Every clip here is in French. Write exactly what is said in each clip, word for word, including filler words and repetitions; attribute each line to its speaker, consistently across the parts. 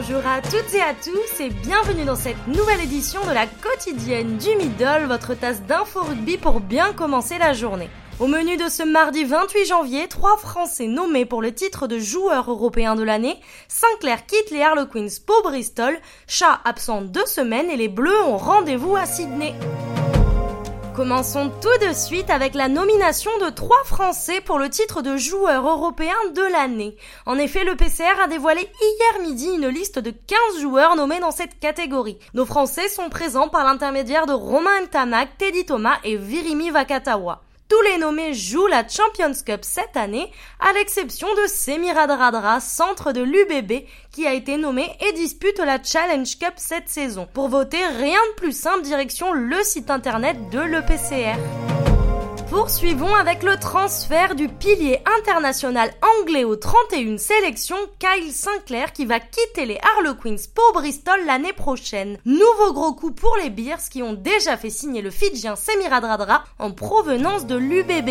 Speaker 1: Bonjour à toutes et à tous et bienvenue dans cette nouvelle édition de la quotidienne du Middle, votre tasse d'info rugby pour bien commencer la journée. Au menu de ce mardi vingt-huit janvier, trois Français nommés pour le titre de joueur européen de l'année. Sinclair quitte les Harlequins pour Bristol, Shah absent deux semaines et les Bleus ont rendez-vous à Sydney. Commençons tout de suite avec la nomination de trois Français pour le titre de joueur européen de l'année. En effet, le P C R a dévoilé hier midi une liste de quinze joueurs nommés dans cette catégorie. Nos Français sont présents par l'intermédiaire de Romain Ntamak, Teddy Thomas et Virimi Vakatawa. Tous les nommés jouent la Champions Cup cette année, à l'exception de Semi Radradra, centre de l'U B B, qui a été nommé et dispute la Challenge Cup cette saison. Pour voter, rien de plus simple, direction le site internet de l'E P C R. Poursuivons avec le transfert du pilier international anglais aux trente et une sélections, Kyle Sinclair, qui va quitter les Harlequins pour Bristol l'année prochaine. Nouveau gros coup pour les Bears qui ont déjà fait signer le Fidjien Semi Radradra en provenance de l'U B B.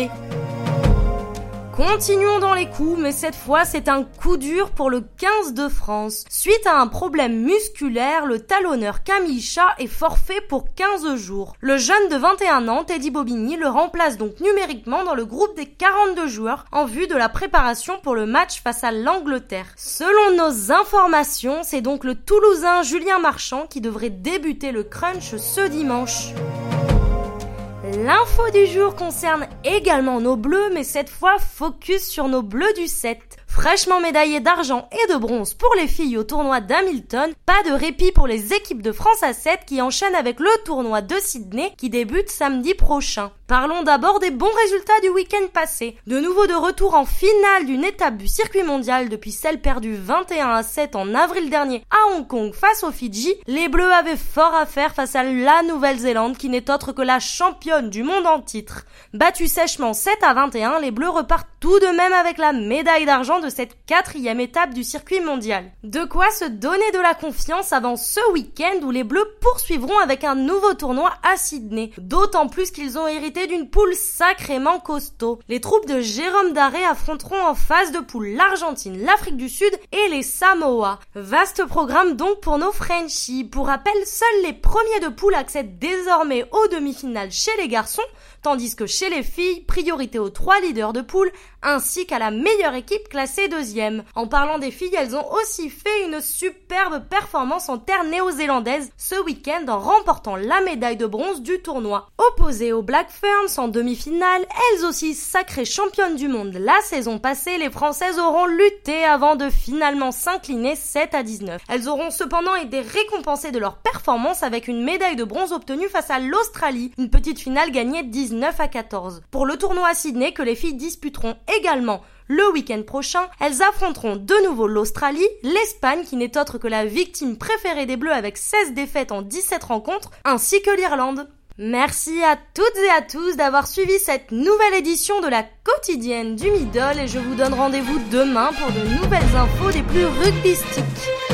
Speaker 1: Continuons dans les coups, mais cette fois c'est un coup dur pour le quinze de France. Suite à un problème musculaire, le talonneur Camille Shah est forfait pour quinze jours. Le jeune de vingt et un ans, Teddy Bobigny, le remplace donc numériquement dans le groupe des quarante-deux joueurs en vue de la préparation pour le match face à l'Angleterre. Selon nos informations, c'est donc le Toulousain Julien Marchand qui devrait débuter le crunch ce dimanche. L'info du jour concerne également nos bleus, mais cette fois focus sur nos bleus du sept. Fraîchement médaillés d'argent et de bronze pour les filles au tournoi d'Hamilton, pas de répit pour les équipes de France A sept qui enchaînent avec le tournoi de Sydney qui débute samedi prochain. Parlons d'abord des bons résultats du week-end passé. De nouveau de retour en finale d'une étape du circuit mondial depuis celle perdue vingt et un à sept en avril dernier à Hong Kong face aux Fidji, les Bleus avaient fort à faire face à la Nouvelle-Zélande qui n'est autre que la championne du monde en titre. Battus sèchement sept à vingt et un, les Bleus repartent tout de même avec la médaille d'argent de cette quatrième étape du circuit mondial. De quoi se donner de la confiance avant ce week-end où les Bleus poursuivront avec un nouveau tournoi à Sydney. D'autant plus qu'ils ont hérité d'une poule sacrément costaud. Les troupes de Jérôme Daré affronteront en phase de poule l'Argentine, l'Afrique du Sud et les Samoa. Vaste programme donc pour nos Frenchies. Pour rappel, seuls les premiers de poule accèdent désormais aux demi-finales chez les garçons, tandis que chez les filles, priorité aux trois leaders de poule ainsi qu'à la meilleure équipe classée deuxième. En parlant des filles, elles ont aussi fait une superbe performance en terre néo-zélandaise ce week-end en remportant la médaille de bronze du tournoi. Opposées aux Black Ferns en demi-finale, elles aussi sacrées championnes du monde la saison passée, les Françaises auront lutté avant de finalement s'incliner sept à dix-neuf. Elles auront cependant été récompensées de leur performance avec une médaille de bronze obtenue face à l'Australie, une petite finale gagnée dix-neuf à quatorze. Pour le tournoi à Sydney que les filles disputeront également le week-end prochain, elles affronteront de nouveau l'Australie, l'Espagne qui n'est autre que la victime préférée des Bleus avec seize défaites en dix-sept rencontres, ainsi que l'Irlande. Merci à toutes et à tous d'avoir suivi cette nouvelle édition de la quotidienne du Middle et je vous donne rendez-vous demain pour de nouvelles infos des plus rugbystiques.